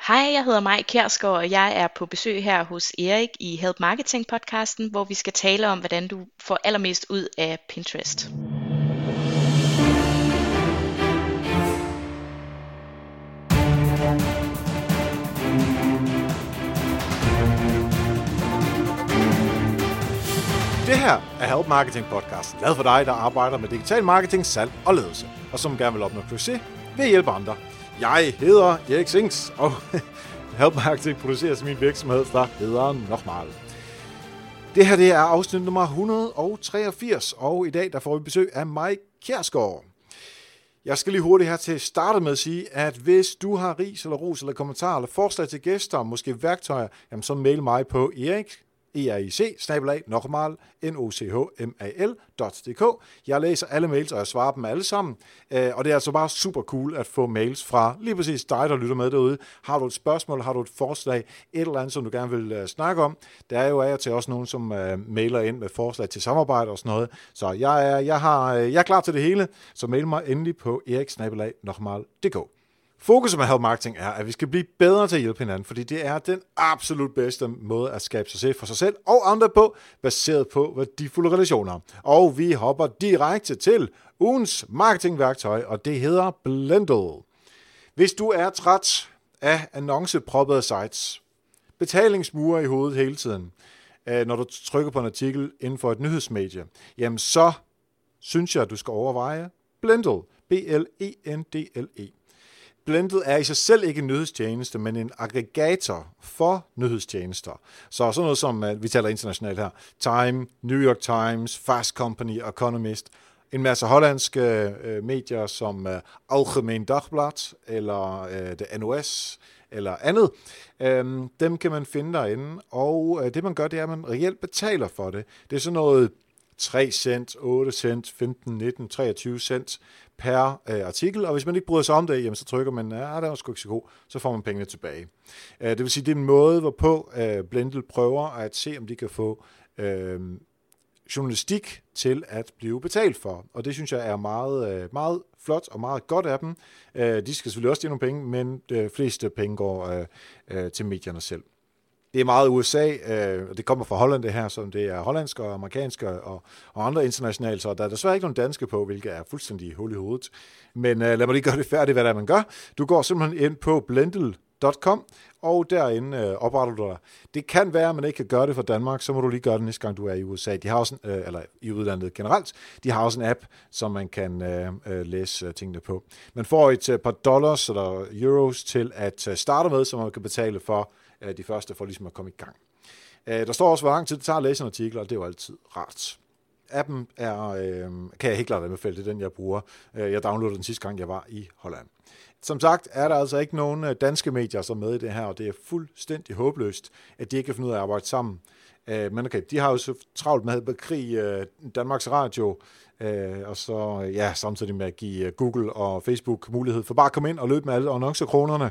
Hej, jeg hedder Maj Kjærsgaard, og jeg er på besøg her hos Erik i Help Marketing podcasten, hvor vi skal tale om, hvordan du får allermest ud af Pinterest. Det her er Help Marketing podcasten, lavet for dig, der arbejder med digital marketing, salg og ledelse, og som gerne vil opnå succes ved at hjælpe andre. Jeg hedder Erik Sings, og Help Marketing produceres i min virksomhed, der hedder Nochmal. Det her det er afsnit nummer 183, og i dag der får vi besøg af Maj Kjærsgaard. Jeg skal lige hurtigt her til at starte med at sige, at hvis du har ris eller ros eller kommentarer eller forslag til gæster, måske værktøjer, jamen så mail mig på erik@nochmal.dk. Jeg læser alle mails, og jeg svarer dem alle sammen. Og det er altså bare super cool at få mails fra lige præcis dig, der lytter med derude. Har du et spørgsmål, har du et forslag, et eller andet, som du gerne vil snakke om. Der er jo af og til også nogen, som mailer ind med forslag til samarbejde og sådan noget. Så jeg er klar til det hele, så mail mig endelig på erik@nochmal.dk. Fokus med Help Marketing er, at vi skal blive bedre til at hjælpe hinanden, fordi det er den absolut bedste måde at skabe succes for sig selv og andre på, baseret på værdifulde relationer. Og vi hopper direkte til ugens marketingværktøj, og det hedder Blendle. Hvis du er træt af annonceproppede sites, betalingsmure i hovedet hele tiden, når du trykker på en artikel inden for et nyhedsmedie, jamen så synes jeg, at du skal overveje Blendle. B-L-E-N-D-L-E. Blendle er i sig selv ikke en nyhedstjeneste, men en aggregator for nyhedstjenester. Så sådan noget som, vi taler internationalt her, Time, New York Times, Fast Company, Economist, en masse hollandske medier som Algemeen Dagblad, eller det NOS, eller andet. Dem kan man finde derinde, og det man gør, det er, at man reelt betaler for det. Det er sådan noget 3 cent, 8 cent, 15, 19, 23 cent per artikel, og hvis man ikke bryder sig om det, jamen, så trykker man, det er sgu ikke så god, så får man pengene tilbage. Det vil sige, det er en måde, hvorpå Blendle prøver at se, om de kan få journalistik til at blive betalt for, og det synes jeg er meget, meget flot og meget godt af dem. De skal selvfølgelig også tjene nogle penge, men de fleste penge går til medierne selv. Det er meget USA, og det kommer fra Holland det her, som det er hollandske og amerikanske og andre internationale, så der er desværre ikke nogen danske på, hvilket er fuldstændig hul i hovedet. Men lad mig lige gøre det færdigt, hvad det er, man gør. Du går simpelthen ind på blendle.com, og derinde opretter du dig. Det kan være, at man ikke kan gøre det for Danmark, så må du lige gøre det næste gang, du er i USA. De har også eller i udlandet generelt, de har også en app, som man kan læse tingene på. Man får et par dollars eller euros til at starte med, så man kan betale for de første for ligesom at komme i gang. Der står også, hvor lang tid det tager at læse en artikel, og det er jo altid rart. Appen kan jeg helt klart anbefale, det er den, jeg bruger. Jeg downloadede den sidste gang, jeg var i Holland. Som sagt er der altså ikke nogen danske medier, som er med i det her, og det er fuldstændig håbløst, at de ikke kan finde ud af at arbejde sammen. Men okay, de har jo så travlt med at bekrige Danmarks Radio, og så samtidig med at give Google og Facebook mulighed for bare at komme ind og løbe med alle annoncekronerne.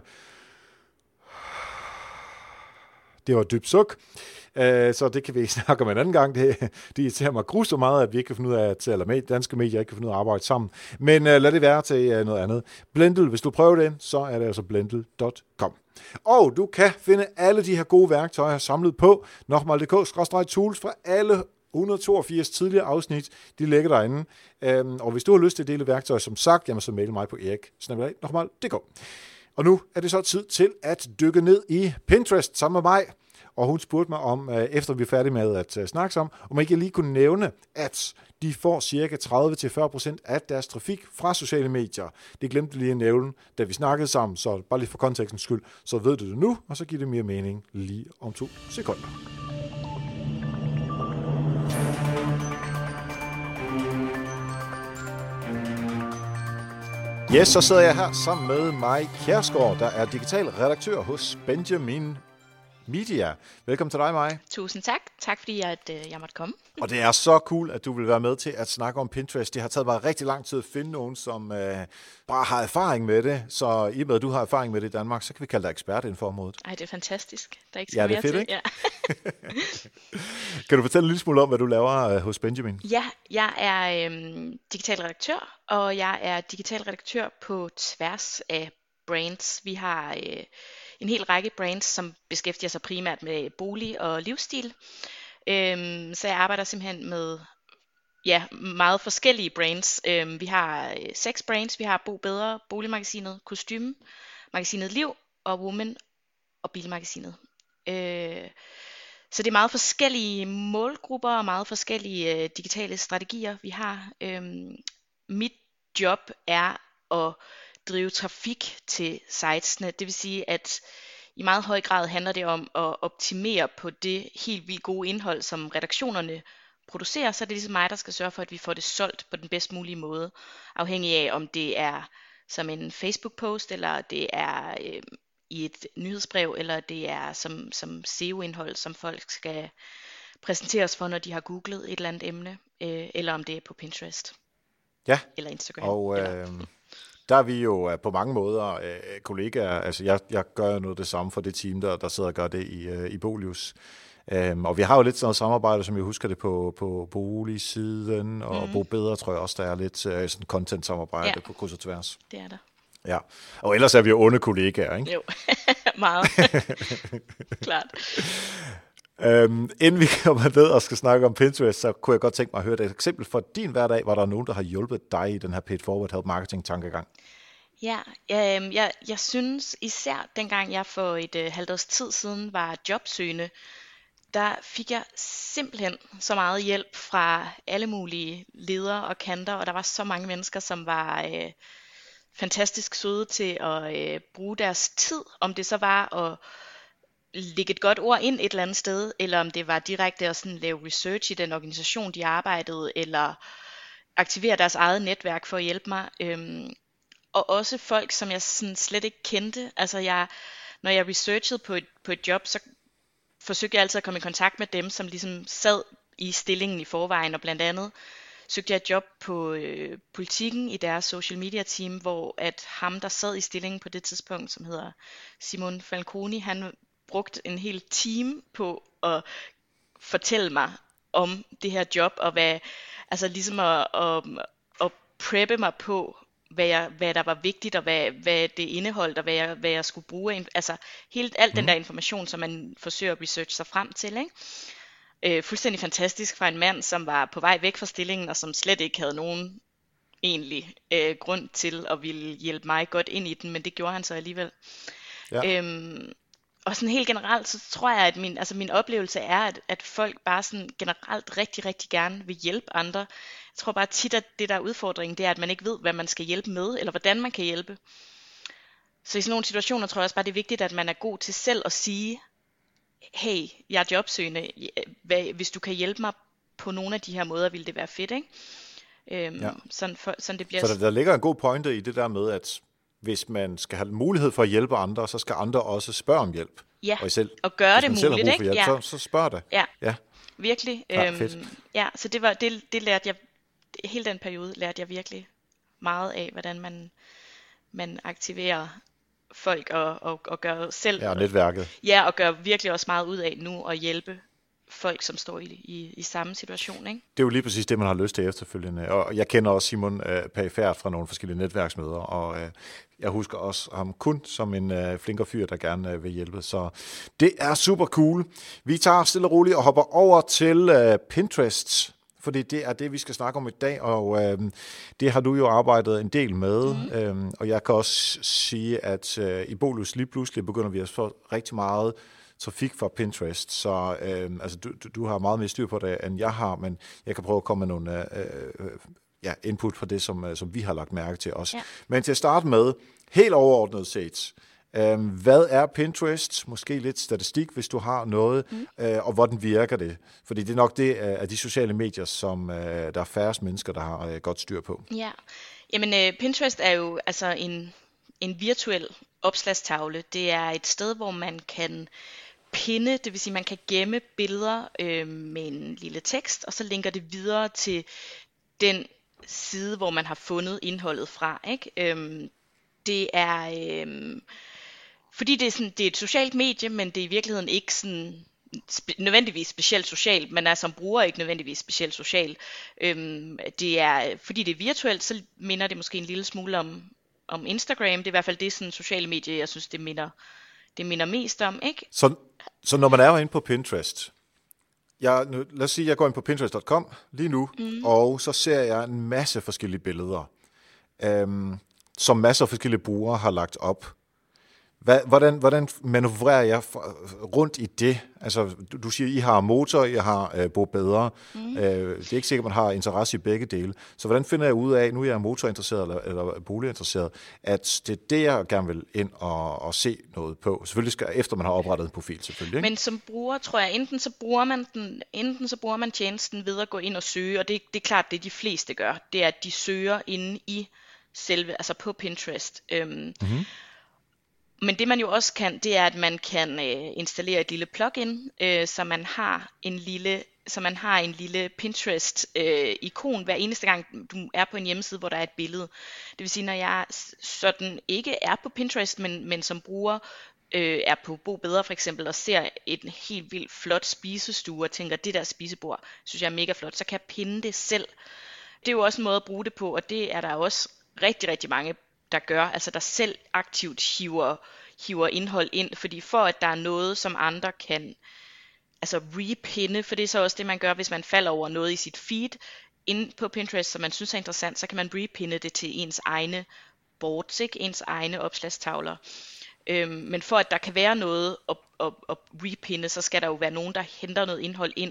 Det var et dybt suk, så det kan vi snakke om en anden gang. Det irriterer mig grusomt meget, at vi ikke kan finde ud af, eller danske medier ikke kan finde ud af at arbejde sammen. Men lad det være til noget andet. Blendle, hvis du prøver det, så er det altså blendle.com. Og du kan finde alle de her gode værktøjer samlet på nochmal.dk/tools fra alle 182 tidligere afsnit, de ligger derinde. Og hvis du har lyst til at dele værktøjer, som sagt, jamen så mail mig på erik@nochmal.dk. Og nu er det så tid til at dykke ned i Pinterest sammen med mig. Og hun spurgte mig om, efter vi er færdige med at snakke sammen, om jeg ikke lige kunne nævne, at de får ca. 30-40% af deres trafik fra sociale medier. Det glemte lige at nævne, da vi snakkede sammen, så bare lige for kontekstens skyld, så ved du det nu, og så giver det mere mening lige om 2 sekunder. Yes, så sidder jeg her sammen med Maj Kjærsgaard, der er digital redaktør hos Benjamin Media. Velkommen til dig, Maj. Tusind tak. Tak fordi jeg måtte komme. Og det er så cool, at du vil være med til at snakke om Pinterest. Det har taget mig rigtig lang tid at finde nogen, som bare har erfaring med det. Så i og med, at du har erfaring med det i Danmark, så kan vi kalde dig ekspert inden for området. Ej, det er fantastisk. Der er ikke så mere fedt, til. Ikke? Ja. Kan du fortælle en lille smule om, hvad du laver hos Benjamin? Ja, jeg er digital redaktør, og jeg er digital redaktør på tværs af brands. Vi har en hel række brands, som beskæftiger sig primært med bolig og livsstil. Så jeg arbejder simpelthen med meget forskellige brands. Vi har 6 brands. Vi har Bo Bedre, Boligmagasinet, Kostume, Magasinet Liv og Woman og Bilmagasinet. Så det er meget forskellige målgrupper og meget forskellige digitale strategier, vi har. Mit job er at drive trafik til sitesene. Det vil sige, at i meget høj grad handler det om at optimere på det helt vildt gode indhold, som redaktionerne producerer. Så er det ligesom mig, der skal sørge for, at vi får det solgt på den bedst mulige måde. Afhængig af, om det er som en Facebook-post, eller det er i et nyhedsbrev, eller det er som SEO-indhold, som folk skal præsenteres for, når de har googlet et eller andet emne, eller om det er på Pinterest. Ja, eller Instagram. Og der er vi jo på mange måder kollegaer. Altså jeg gør noget af det samme for det team, der sidder og gør det i Bolius. Og vi har jo lidt sådan noget samarbejde, som jeg husker det på boligsiden, og Bo Bedre tror jeg også, der er lidt sådan content-samarbejde på kryds og tværs. Det er der. Ja, og ellers er vi jo onde kollegaer, ikke? Jo, meget. Klart. Inden vi kommer ned og skal snakke om Pinterest, så kunne jeg godt tænke mig at høre et eksempel fra din hverdag, hvor der er nogen, der har hjulpet dig i den her paid forward help marketing tankegang. Ja, jeg synes især dengang jeg for et halvt års tid siden var jobsøgende, der fik jeg simpelthen så meget hjælp fra alle mulige ledere og kanter, og der var så mange mennesker, som var fantastisk søde til at bruge deres tid, om det så var at lægge et godt ord ind et eller andet sted, eller om det var direkte at sådan lave research i den organisation, de arbejdede, eller aktivere deres eget netværk for at hjælpe mig. Og også folk, som jeg sådan slet ikke kendte. Altså når jeg researchede på et job, så forsøgte jeg altid at komme i kontakt med dem, som ligesom sad i stillingen i forvejen, og blandt andet søgte jeg et job på Politikken i deres social media team, hvor at ham, der sad i stillingen på det tidspunkt, som hedder Simon Falconi, han brugt en hel time på at fortælle mig om det her job, og altså ligesom at preppe mig på, hvad der var vigtigt, og hvad det indeholdt, og hvad jeg skulle bruge. Altså alt den der information, som man forsøger at researche sig frem til, ikke? Fuldstændig fantastisk fra en mand, som var på vej væk fra stillingen, og som slet ikke havde nogen egentlig grund til at ville hjælpe mig godt ind i den, men det gjorde han så alligevel. Ja. Og sådan helt generelt, så tror jeg, at min oplevelse er, at folk bare sådan generelt rigtig, rigtig gerne vil hjælpe andre. Jeg tror bare tit, at det der er udfordringen, det er, at man ikke ved, hvad man skal hjælpe med, eller hvordan man kan hjælpe. Så i sådan nogle situationer tror jeg også bare, det er vigtigt, at man er god til selv at sige, hey, jeg er jobsøgende, hvis du kan hjælpe mig på nogle af de her måder, ville det være fedt, ikke? Sådan det bliver. Så der ligger en god pointe i det der med, at hvis man skal have mulighed for at hjælpe andre, så skal andre også spørge om hjælp. Ja, og gøre det muligt, ikke? Hjælp, så spørg det. Ja. Virkelig. Så det lærte jeg, hele den periode lærte jeg virkelig meget af, hvordan man aktiverer folk og gør selv. Ja, netværket. Ja, og gør virkelig også meget ud af nu at hjælpe folk, som står i samme situation, ikke? Det er jo lige præcis det, man har lyst til efterfølgende. Og jeg kender også Simon perifært fra nogle forskellige netværksmøder, og jeg husker også ham kun som en flinker fyr, der gerne vil hjælpe. Så det er super cool. Vi tager stille og roligt og hopper over til Pinterest, fordi det er det, vi skal snakke om i dag, og det har du jo arbejdet en del med, og jeg kan også sige, at i Bolus lige pludselig begynder vi at få rigtig meget trafik fra Pinterest, så altså du har meget mere styr på det, end jeg har, men jeg kan prøve at komme med nogle input på det, som vi har lagt mærke til også. Ja. Men til at starte med, helt overordnet set, hvad er Pinterest? Måske lidt statistik, hvis du har noget, og hvordan virker det? Fordi det er nok det af de sociale medier, som der er færrest mennesker, der har godt styr på. Ja, jamen Pinterest er jo altså en virtuel opslagstavle. Det er et sted, hvor man kan pinde, det vil sige, man kan gemme billeder med en lille tekst, og så linker det videre til den side, hvor man har fundet indholdet fra, ikke? Det er fordi det er et socialt medie, men det er i virkeligheden ikke sådan nødvendigvis specielt socialt. Man er som bruger ikke nødvendigvis specielt social. Det er fordi det er virtuelt, så minder det måske en lille smule om Instagram. Det er i hvert fald det sådan sociale medie, jeg synes det minder det minder mest om, ikke? Så når man er inde på Pinterest, lad os sige, at jeg går ind på pinterest.com lige nu, og så ser jeg en masse forskellige billeder, som masser af forskellige brugere har lagt op. Hvordan manøvrerer jeg rundt i det? Altså, du siger, I har motor, I har Bo Bedre. Det er ikke sikkert, man har interesse i begge dele. Så hvordan finder jeg ud af, nu er jeg motorinteresseret eller boliginteresseret, at det er det, jeg gerne vil ind og se noget på? Selvfølgelig skal efter man har oprettet en profil, selvfølgelig. Ikke? Men som bruger, tror jeg, enten så bruger man tjenesten ved at gå ind og søge, og det er klart, det de fleste gør, det er, at de søger inde i selve, altså på Pinterest. Men det man jo også kan, det er, at man kan installere et lille plugin, så man har en lille Pinterest-ikon hver eneste gang, du er på en hjemmeside, hvor der er et billede. Det vil sige, når jeg sådan ikke er på Pinterest, men som bruger er på Bo Bedre for eksempel, og ser en helt vildt flot spisestue, og tænker, det der spisebord, synes jeg er mega flot, så kan jeg pinde det selv. Det er jo også en måde at bruge det på, og det er der også rigtig, rigtig mange der gør, altså der selv aktivt hiver indhold ind, fordi for at der er noget, som andre kan altså repinde, for det er så også det, man gør, hvis man falder over noget i sit feed inde på Pinterest, som man synes er interessant, så kan man repinde det til ens egne boards, ikke? Ens egne opslagstavler. Men for at der kan være noget at repinde, så skal der jo være nogen, der henter noget indhold ind.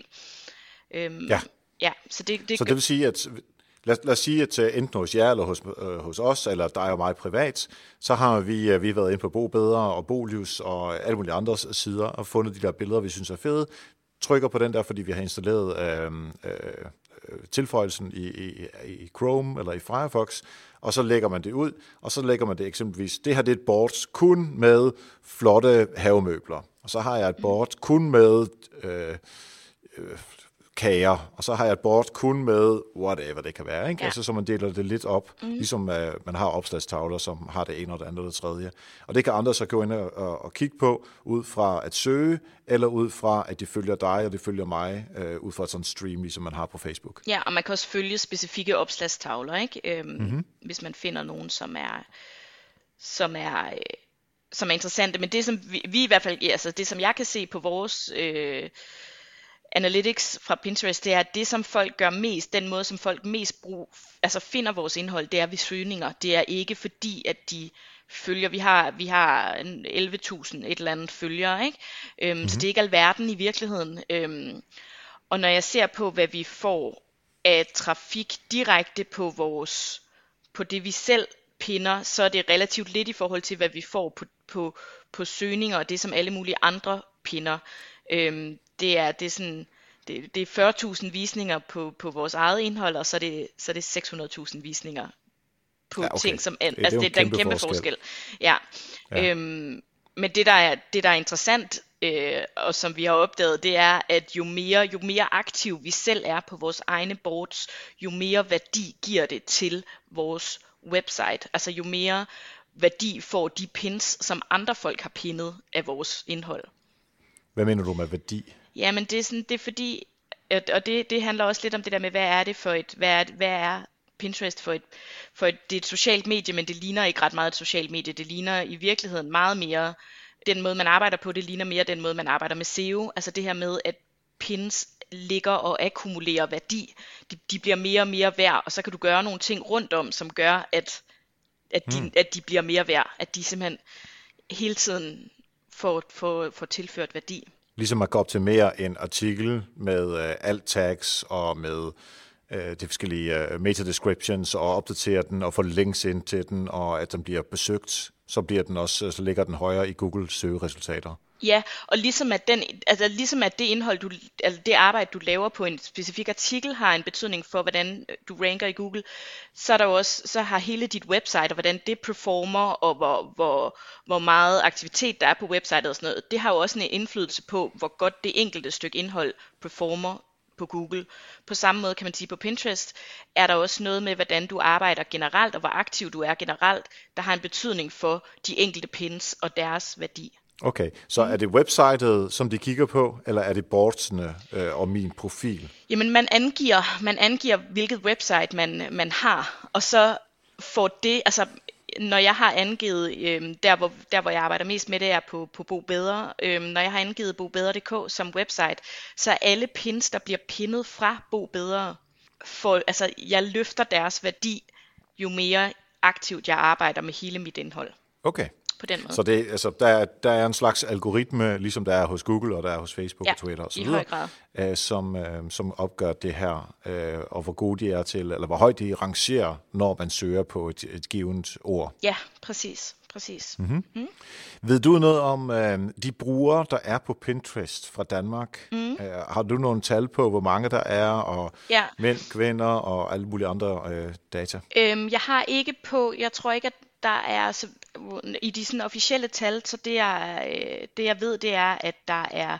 Så det vil sige, at Lad os sige, at enten hos jer eller hos os, eller dig og mig privat, så har vi været inde på Bo Bedre og Bolivs og alle mulige andre sider og fundet de der billeder, vi synes er fede. Trykker på den der, fordi vi har installeret tilføjelsen i Chrome eller i Firefox, og så lægger man det ud, og så lægger man det eksempelvis, det her det er et board kun med flotte havemøbler, og så har jeg et board kun med kager, og så har jeg et board kun med whatever det kan være, ikke? Ja. Altså så man deler det lidt op, ligesom man har opslagstavler, som har det ene og det andet og det tredje. Og det kan andre så gå ind og kigge på, ud fra at søge, eller ud fra at de følger dig, og de følger mig, ud fra et sådan stream, ligesom man har på Facebook. Ja, og man kan også følge specifikke opslagstavler, ikke? Hvis man finder nogen, som er interessante. Men det, som vi i hvert fald, altså det, som jeg kan se på vores analytics fra Pinterest, det er, at det, som folk gør mest, den måde, som folk mest finder vores indhold, det er ved søgninger. Det er ikke fordi, at de følger, vi har 11.000 et eller andet følgere, ikke? Så det er ikke alverden i virkeligheden. Og når jeg ser på, hvad vi får af trafik direkte på det, vi selv pinder, så er det relativt lidt i forhold til, hvad vi får på søgninger, og det, som alle mulige andre pinder. Det er 40.000 visninger på vores eget indhold, og så er det 600.000 visninger på ting, som altså det er en kæmpe forskel. Ja. Men det der er interessant, og som vi har opdaget, det er, at jo mere aktiv vi selv er på vores egne boards, jo mere værdi giver det til vores website. Altså jo mere værdi får de pins, som andre folk har pinnet af vores indhold. Hvad mener du med værdi? Jamen det er fordi, og det handler også lidt om det der med, hvad er Pinterest for det er et socialt medie, men det ligner ikke ret meget et socialt medie. Det ligner i virkeligheden meget mere, den måde man arbejder på, det ligner mere den måde man arbejder med SEO. Altså det her med, at pins ligger og akkumulerer værdi. De bliver mere og mere værd, og så kan du gøre nogle ting rundt om, som gør, at de bliver mere værd. At de simpelthen hele tiden får tilført værdi. Ligesom at gå op til mere en artikel med alt tags og med de forskellige meta-descriptions og opdatere den og få links ind til den, og at den bliver besøgt, så ligger den højere i Google søgeresultater. Ja, og ligesom at det indhold, det arbejde, du laver på en specifik artikel, har en betydning for, hvordan du ranker i Google, så er der også, så har hele dit website, og hvordan det performer, og hvor meget aktivitet der er på websitet og sådan noget, det har jo også en indflydelse på, hvor godt det enkelte stykke indhold performer på Google. På samme måde kan man sige, på Pinterest er der også noget med, hvordan du arbejder generelt, og hvor aktiv du er generelt, der har en betydning for de enkelte pins og deres værdi. Okay, så er det websitet, som de kigger på, eller er det boardsene og min profil? Jamen man angiver hvilket website man har, og så får det, altså når jeg har angivet, der hvor jeg arbejder mest med, det er på Bo Bedre. Når jeg har angivet bobedre.dk som website, så er alle pins, der bliver pinnet fra Bo Bedre, altså jeg løfter deres værdi, jo mere aktivt jeg arbejder med hele mit indhold. Okay. På den måde. Så det, altså, der er en slags algoritme, ligesom der er hos Google, og der er hos Facebook og Twitter og så videre, i høj grad. Som opgør det her, og hvor gode de er til, eller hvor højt de rangerer, når man søger på et givet ord. Ja, præcis. Mm-hmm. Ved du noget om de brugere, der er på Pinterest fra Danmark? Har du nogle tal på, hvor mange der er, og mænd, kvinder og alle mulige andre data? Jeg har ikke på, jeg tror ikke, at der er så, i de sådan officielle tal, så det jeg ved, det er, at der er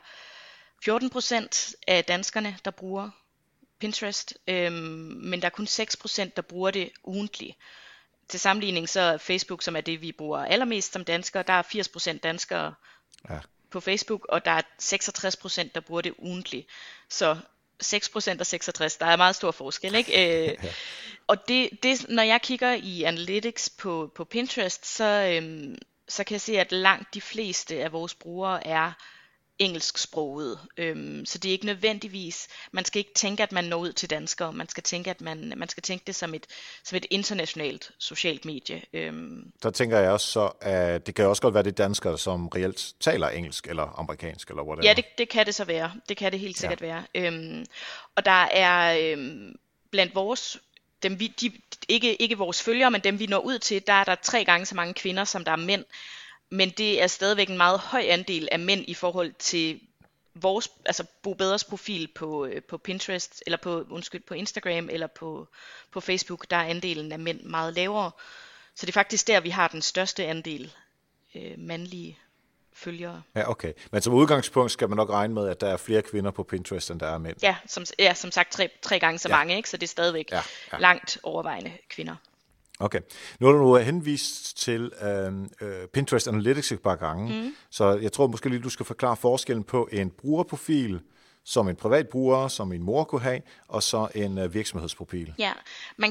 14% af danskerne, der bruger Pinterest, men der er kun 6%, der bruger det ugentligt. Til sammenligning så er Facebook, som er det, vi bruger allermest som danskere, der er 80% danskere på Facebook, og der er 66%, der bruger det ugentligt. Så 6% og 66, der er meget stor forskel, ikke? Og det, når jeg kigger i analytics på Pinterest, så kan jeg se, at langt de fleste af vores brugere er engelsksproget. Så det er ikke nødvendigvis, man skal ikke tænke, at man når ud til danskere, man skal tænke, at man skal tænke det som et internationalt socialt medie. Der tænker jeg også så, at det kan også godt være det danskere, som reelt taler engelsk eller amerikansk eller whatever. Ja, det kan det så være. Det kan det helt sikkert være. Og der er blandt vores, ikke vores følgere, men dem vi når ud til, der er der 3 gange så mange kvinder, som der er mænd. Men det er stadigvæk en meget høj andel af mænd i forhold til vores, altså Bo Bedres profil på Pinterest, eller på Instagram, eller på Facebook, der er andelen af mænd meget lavere. Så det er faktisk der, vi har den største andel mandlige følgere. Ja, okay. Men som udgangspunkt skal man nok regne med, at der er flere kvinder på Pinterest, end der er mænd. Ja, som sagt 3 gange så mange, ikke? Så det er stadigvæk langt overvejende kvinder. Okay. Nu har du henvist til Pinterest Analytics et par gange, så jeg tror måske lige, du skal forklare forskellen på en brugerprofil, som en privat bruger, som en mor kunne have, og så en virksomhedsprofil. Ja, man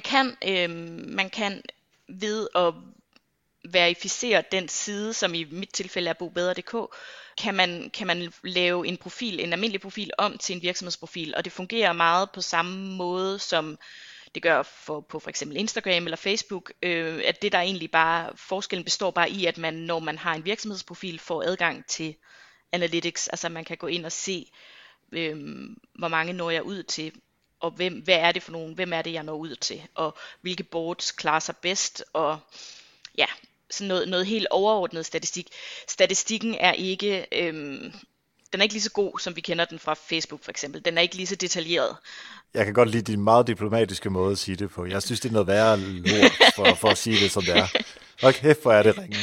kan ved at verificere den side, som i mit tilfælde er bobedre.dk, kan man lave en almindelig profil om til en virksomhedsprofil, og det fungerer meget på samme måde, som det gør på for eksempel Instagram eller Facebook, at det der egentlig forskellen består bare i, at man, når man har en virksomhedsprofil, får adgang til analytics, altså man kan gå ind og se, hvor mange når jeg ud til, og hvem er det jeg når ud til, og hvilke boards klarer sig bedst, og ja, sådan noget helt overordnet statistik. Statistikken er ikke, den er ikke lige så god, som vi kender den fra Facebook for eksempel. Den er ikke lige så detaljeret. Jeg kan godt lide din meget diplomatiske måde at sige det på. Jeg synes, det er noget værre lort for at sige det, som det er. Okay, hvor er det ringe.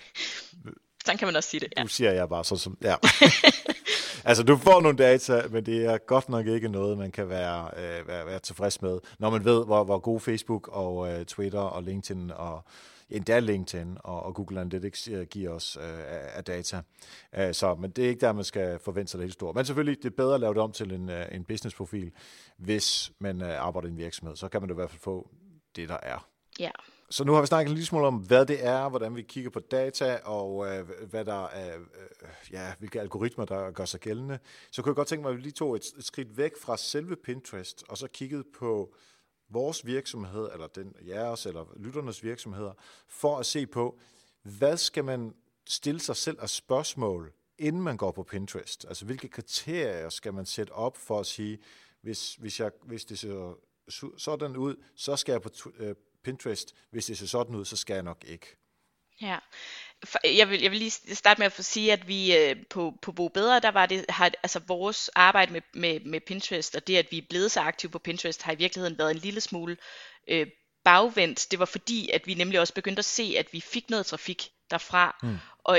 Sådan kan man også sige det, ja. Nu siger jeg bare så som... Ja. Altså, du får nogle data, men det er godt nok ikke noget, man kan være tilfreds med, når man ved, hvor god Facebook og Twitter og LinkedIn og endda LinkedIn og Google Analytics giver os af data. Men det er ikke der, man skal forvente sig det helt stort. Men selvfølgelig, det er bedre at lave det om til en businessprofil, hvis man arbejder i en virksomhed. Så kan man i hvert fald få det, der er. Ja. Så nu har vi snakket en lille smule om, hvad det er, hvordan vi kigger på data, og hvad der er, hvilke algoritmer, der gør sig gældende. Så kunne jeg godt tænke mig, at vi lige tog et skridt væk fra selve Pinterest, og så kiggede på vores virksomhed, eller jeres, eller lytternes virksomheder, for at se på, hvad skal man stille sig selv af spørgsmål, inden man går på Pinterest? Altså, hvilke kriterier skal man sætte op for at sige, hvis det ser sådan ud, så skal jeg på Pinterest. Hvis det ser sådan ud, så skal jeg nok ikke. Ja, jeg vil lige starte med at få sige, at vi på Bo Bedre, der var det, altså vores arbejde med Pinterest, og det, at vi er blevet så aktive på Pinterest, har i virkeligheden været en lille smule bagvendt. Det var fordi, at vi nemlig også begyndte at se, at vi fik noget trafik derfra, og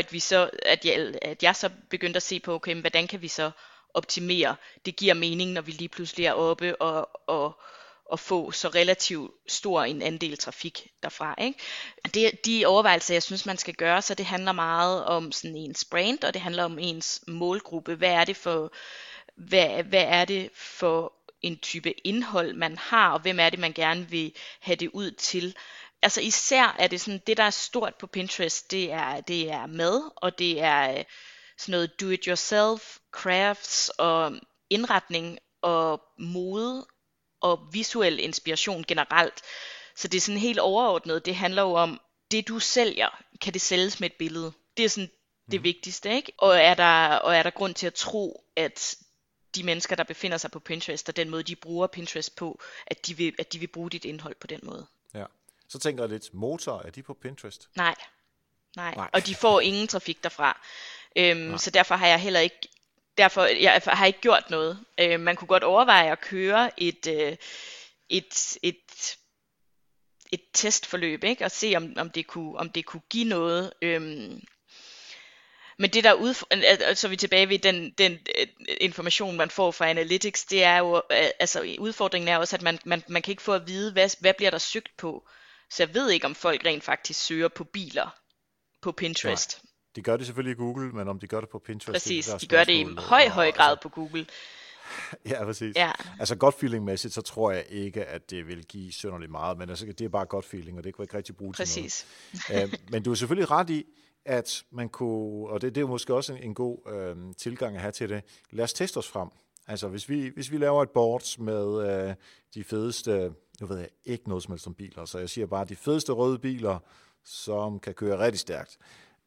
at jeg så begyndte at se på, okay, hvordan kan vi så optimere? Det giver mening, når vi lige pludselig er oppe og få så relativt stor en andel trafik derfra, ikke? De overvejelser, jeg synes, man skal gøre, så det handler meget om sådan ens brand, og det handler om ens målgruppe. Hvad er det for en type indhold, man har, og hvem er det, man gerne vil have det ud til? altså især er det sådan, det der er stort på Pinterest, det er mad, og det er sådan noget do-it-yourself, crafts og indretning og mode og visuel inspiration generelt. Så det er sådan helt overordnet. Det handler jo om, det du sælger, kan det sælges med et billede. Det er sådan det vigtigste, ikke? Og er der grund til at tro, at de mennesker, der befinder sig på Pinterest, og den måde, de bruger Pinterest på, at de vil bruge dit indhold på den måde. Ja. Så tænker jeg lidt, motor, er de på Pinterest? Nej. Og de får ingen trafik derfra. Så derfor har jeg heller ikke jeg har ikke gjort noget. Man kunne godt overveje at køre et testforløb, ikke? Og se om det kunne give noget. Men det der så er vi tilbage ved den information man får fra Analytics, det er jo altså udfordringen er også at man kan ikke få at vide hvad bliver der søgt på. Så jeg ved ikke om folk rent faktisk søger på biler på Pinterest. Nej. De gør det selvfølgelig i Google, men om de gør det på Pinterest... Præcis, de gør det i høj grad på Google. Ja, præcis. Ja. Altså godt feeling-mæssigt, så tror jeg ikke, at det vil give synderligt meget, men altså, det er bare godt feeling, og det kan ikke rigtig bruge til noget. Men du er selvfølgelig ret i, at man kunne, og det er jo måske også en god tilgang at have til det, lad os teste os frem. Altså hvis vi laver et board med de fedeste, nu ved jeg ikke noget som helst om biler, så jeg siger bare de fedeste røde biler, som kan køre rigtig stærkt.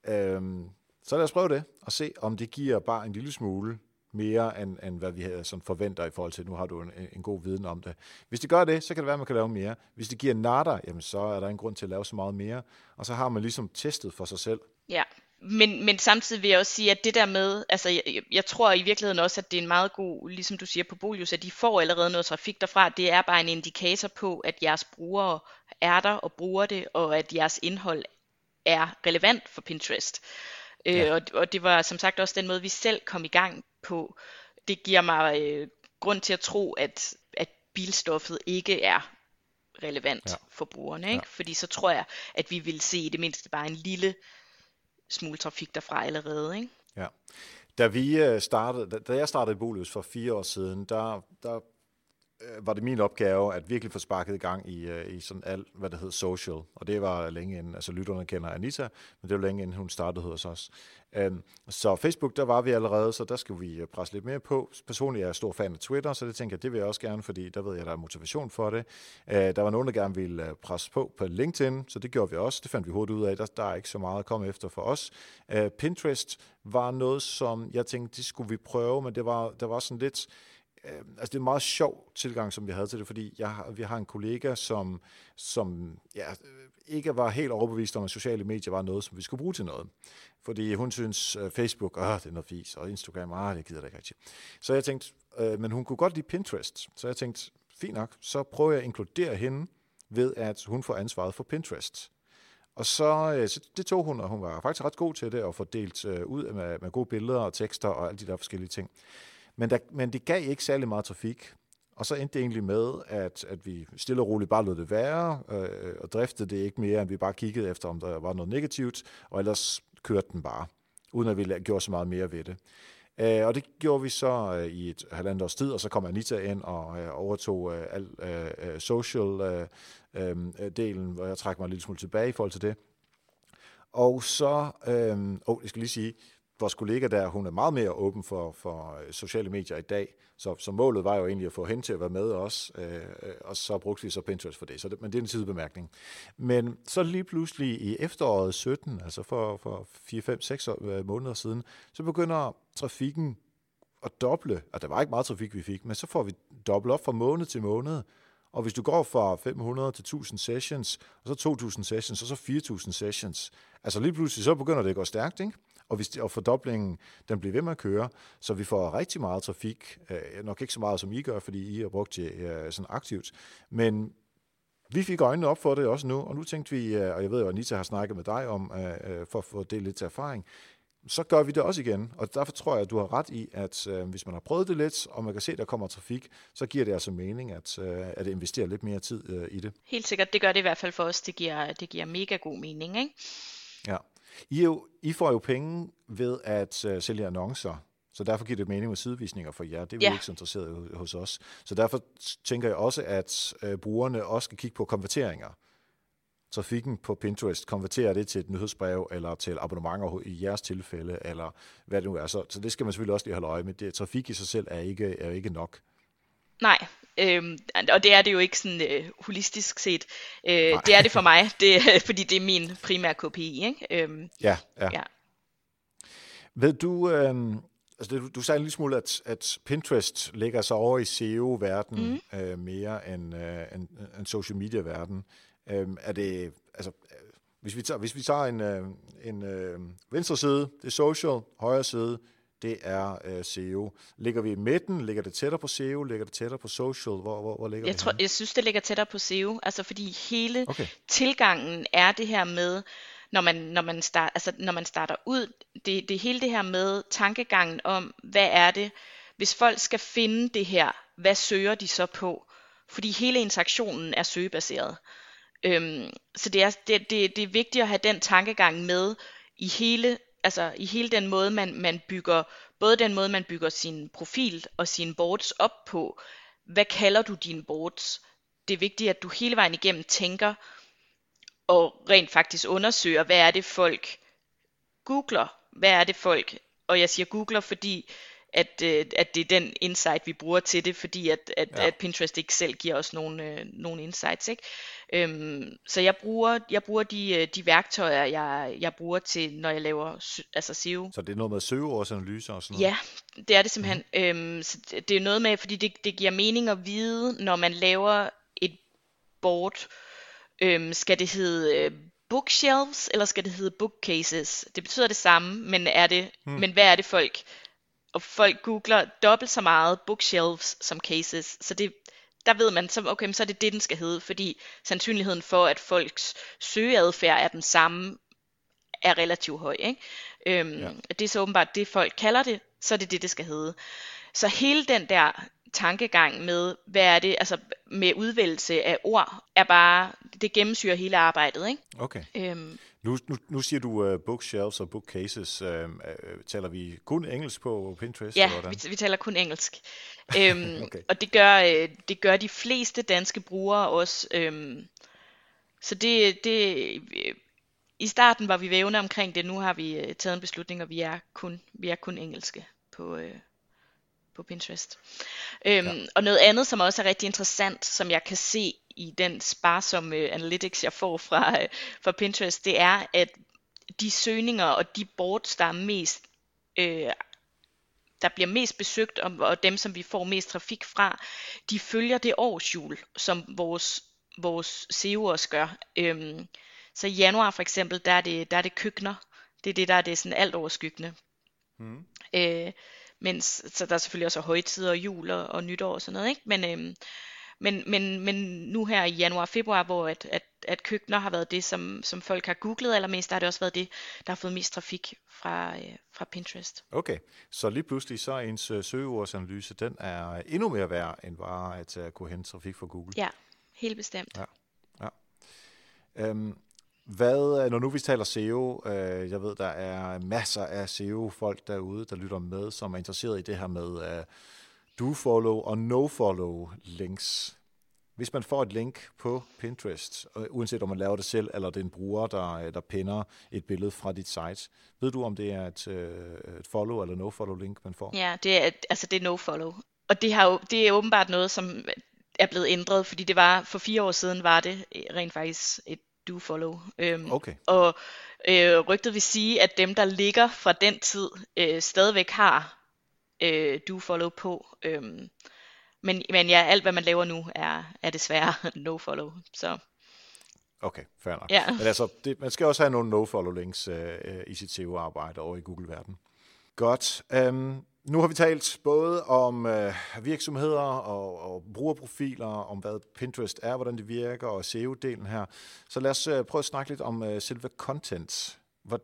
Så lad os prøve det, og se om det giver bare en lille smule mere, end hvad vi havde sådan forventer i forhold til, nu har du en god viden om det. Hvis det gør det, så kan det være, at man kan lave mere. Hvis det giver nada, jamen så er der en grund til at lave så meget mere, og så har man ligesom testet for sig selv. Ja, men samtidig vil jeg også sige, at det der med, altså jeg tror i virkeligheden også, at det er en meget god, ligesom du siger på Bolius, at de får allerede noget trafik derfra. Det er bare en indikator på, at jeres brugere er der og bruger det, og at jeres indhold er relevant for Pinterest. Ja. Og det var som sagt også den måde, vi selv kom i gang på. Det giver mig grund til at tro, at bilstoffet ikke er relevant for brugerne. Ikke? Ja. Fordi så tror jeg, at vi vil se i det mindste bare en lille smule trafik derfra allerede. Ikke? Ja. Da jeg startede i Bolius for 4 år siden, der var det min opgave at virkelig få sparket i gang i sådan alt, hvad det hed social. Og det var længe inden, altså lytterne kender Anita, men det var længe inden hun startede hos os. Så Facebook, der var vi allerede, så der skulle vi presse lidt mere på. Personligt er jeg stor fan af Twitter, så det tænker jeg, det vil jeg også gerne, fordi der ved jeg, der er motivation for det. Der var nogen, der gerne ville presse på LinkedIn, så det gjorde vi også. Det fandt vi hurtigt ud af. Der er ikke så meget at komme efter for os. Pinterest var noget, som jeg tænkte, det skulle vi prøve, men der var sådan lidt... Altså det er en meget sjov tilgang, som vi havde til det, fordi vi har en kollega, som ikke var helt overbevist om, at sociale medier var noget, som vi skulle bruge til noget. Fordi hun synes, Facebook, det er noget fis, og Instagram, det gider det ikke rigtigt. Så jeg tænkte, men hun kunne godt lide Pinterest. Så jeg tænkte, fint nok, så prøver jeg at inkludere hende ved, at hun får ansvaret for Pinterest. Og så det tog hun, og hun var faktisk ret god til det, at få delt ud med gode billeder og tekster og alle de der forskellige ting. Men det gav ikke særlig meget trafik, og så endte det egentlig med, at vi stille og roligt bare lod det være, og driftede det ikke mere, end vi bare kiggede efter, om der var noget negativt, og ellers kørte den bare, uden at vi gjorde så meget mere ved det. Og det gjorde vi så i et 1,5 års tid, og så kom Anita ind og overtog al social-delen, hvor jeg trækker mig en lille smule tilbage i forhold til det. Og så, jeg skal lige sige, vores kollega der, hun er meget mere åben for sociale medier i dag, så målet var jo egentlig at få hende til at være med os, og så brugte vi så Pinterest for det, men det er en sidebemærkning. Men så lige pludselig i efteråret 17, altså for 4, 5, 6 måneder siden, så begynder trafikken at doble, og der var ikke meget trafik, vi fik, men så får vi dobbelt op fra måned til måned, og hvis du går fra 500 til 1000 sessions, og så 2000 sessions, og så 4000 sessions, altså lige pludselig så begynder det at gå stærkt, ikke? Og fordoblingen, den bliver ved med at køre, så vi får rigtig meget trafik, nok ikke så meget som I gør, fordi I har brugt det sådan aktivt, men vi fik øjnene op for det også nu, og nu tænkte vi, og jeg ved jo, at Anita har snakket med dig om, for at få det lidt til erfaring, så gør vi det også igen, og derfor tror jeg, at du har ret i, at hvis man har prøvet det lidt, og man kan se, at der kommer trafik, så giver det altså mening at investere lidt mere tid i det. Helt sikkert, det gør det i hvert fald for os, det giver mega god mening, ikke? Ja. I får jo penge ved at sælge annoncer, så derfor giver det mening med sidevisninger for jer. Det er vi ikke så interesseret hos os. Så derfor tænker jeg også, at brugerne også skal kigge på konverteringer. trafikken på Pinterest, konverterer det til et nyhedsbrev, eller til abonnementer i jeres tilfælde, eller hvad det nu er. Så det skal man selvfølgelig også lige holde øje med. Trafik i sig selv er ikke nok. Nej, og det er det jo ikke sådan holistisk set. Nej. Det er det for mig, fordi det er min primære KPI, ikke? Ja. Ja. Ved du, altså du sagde en lille smule, at Pinterest ligger sig over i SEO-verden mere end social media-verden. Er det, altså, hvis vi tager en venstre side, det er social, højre side, det er SEO. Ligger vi i midten? Ligger det tættere på SEO? Ligger det tættere på social? Hvor ligger det? Jeg synes, det ligger tættere på SEO, altså fordi hele tilgangen er det her med, når man starter ud, det er hele det her med tankegangen om, hvad er det, hvis folk skal finde det her, hvad søger de så på? Fordi hele interaktionen er søgebaseret. Så det er vigtigt at have den tankegang med i hele den måde, man bygger, både den måde, man bygger sin profil og sine boards op på. Hvad kalder du dine boards? Det er vigtigt, at du hele vejen igennem tænker og rent faktisk undersøger, hvad er det folk googler? Hvad er det folk, og jeg siger googler, fordi at det er den insight, vi bruger til det, fordi at Pinterest ikke selv giver os nogle insights, ikke? Så jeg bruger de værktøjer, jeg bruger til, når jeg laver SEO. Så det er noget med søgeordsanalyser og sådan noget? Ja, det er det simpelthen. Så det er noget med, fordi det giver mening at vide, når man laver et board, skal det hedde bookshelves, eller skal det hedde bookcases? Det betyder det samme, men men hvad er det folk? Og folk googler dobbelt så meget bookshelves som cases, så der ved man, så er det den skal hedde, fordi sandsynligheden for, at folks søgeadfærd er den samme, er relativt høj, ikke? Det er så åbenbart det, folk kalder det, så er det skal hedde. Så hele den der tankegang med, hvad er det, altså med udvælgelse af ord, er bare, det gennemsyrer hele arbejdet, ikke? Okay. Nu siger du bookshelves og bookcases. Taler vi kun engelsk på Pinterest? Ja, vi taler kun engelsk. Okay. Og det gør de fleste danske brugere også. Så i starten var vi vævende omkring det. Nu har vi taget en beslutning, og vi er kun engelske på Pinterest. Og noget andet, som også er rigtig interessant, som jeg kan se i den sparsomme analytics, jeg får fra Pinterest, det er, at de søgninger og de boards, der bliver mest besøgt, og dem, som vi får mest trafik fra, de følger det årshjul, som vores SEO også gør. Så i januar for eksempel, der er det køkkener. Det er det, der er det sådan alt overskyggende. Så der er selvfølgelig også højtider og jul og nytår og sådan noget, ikke? Men nu her i januar og februar, hvor at køkkener har været det, som folk har googlet allermest, der har det også været det, der har fået mest trafik fra Pinterest. Okay, så lige pludselig så er ens søgeordsanalyse, den er endnu mere værd, end bare at kunne hente trafik fra Google. Ja, helt bestemt. Ja. Når nu vi taler SEO, jeg ved, der er masser af SEO-folk derude, der lytter med, som er interesseret i det her med do-follow og no-follow links. Hvis man får et link på Pinterest, uanset om man laver det selv, eller det er en bruger, der pinder et billede fra dit site, ved du, om det er et follow eller no-follow link, man får? Ja, det er no-follow. Og det er åbenbart noget, som er blevet ændret, fordi det var for 4 år siden, var det rent faktisk et do-follow. Okay. Og rygtet vil sige, at dem, der ligger fra den tid, stadigvæk har do-follow på. Men ja, alt hvad man laver nu er desværre no-follow. Så. Okay, fair nok. Ja. Men altså, man skal også have nogle no-follow links i sit SEO-arbejde over i Google-verden. Godt. Nu har vi talt både om virksomheder og brugerprofiler, om hvad Pinterest er, hvordan det virker, og SEO-delen her. Så lad os prøve at snakke lidt om selve content.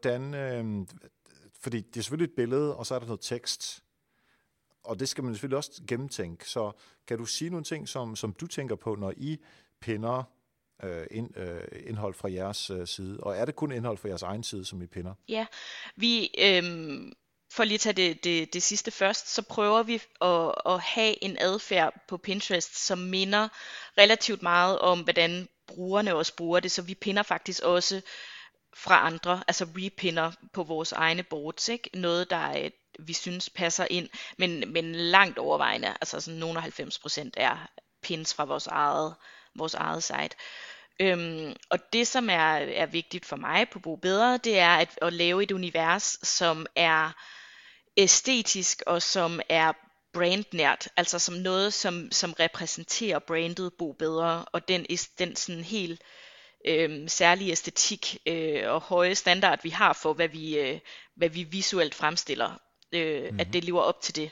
Fordi det er selvfølgelig et billede, og så er der noget tekst. Og det skal man selvfølgelig også gennemtænke. Så kan du sige nogle ting, som du tænker på, når I pinder indhold fra jeres side? Og er det kun indhold fra jeres egen side, som I pinder? Ja, vi... For lige at tage det sidste først, så prøver vi at have en adfærd på Pinterest, som minder relativt meget om, hvordan brugerne også bruger det, så vi pinder faktisk også fra andre, altså repinder på vores egne boards, ikke? Noget, der vi synes passer ind, men langt overvejende, altså sådan nogle af 90% er pins fra vores eget site. Og det, som er vigtigt for mig på Bo Bedre, det er at lave et univers, som er æstetisk og som er brandnært, altså som noget, som repræsenterer brandet Bo Bedre, og den sådan helt særlige æstetik og høje standard, vi har for, hvad vi visuelt fremstiller, at det lever op til det.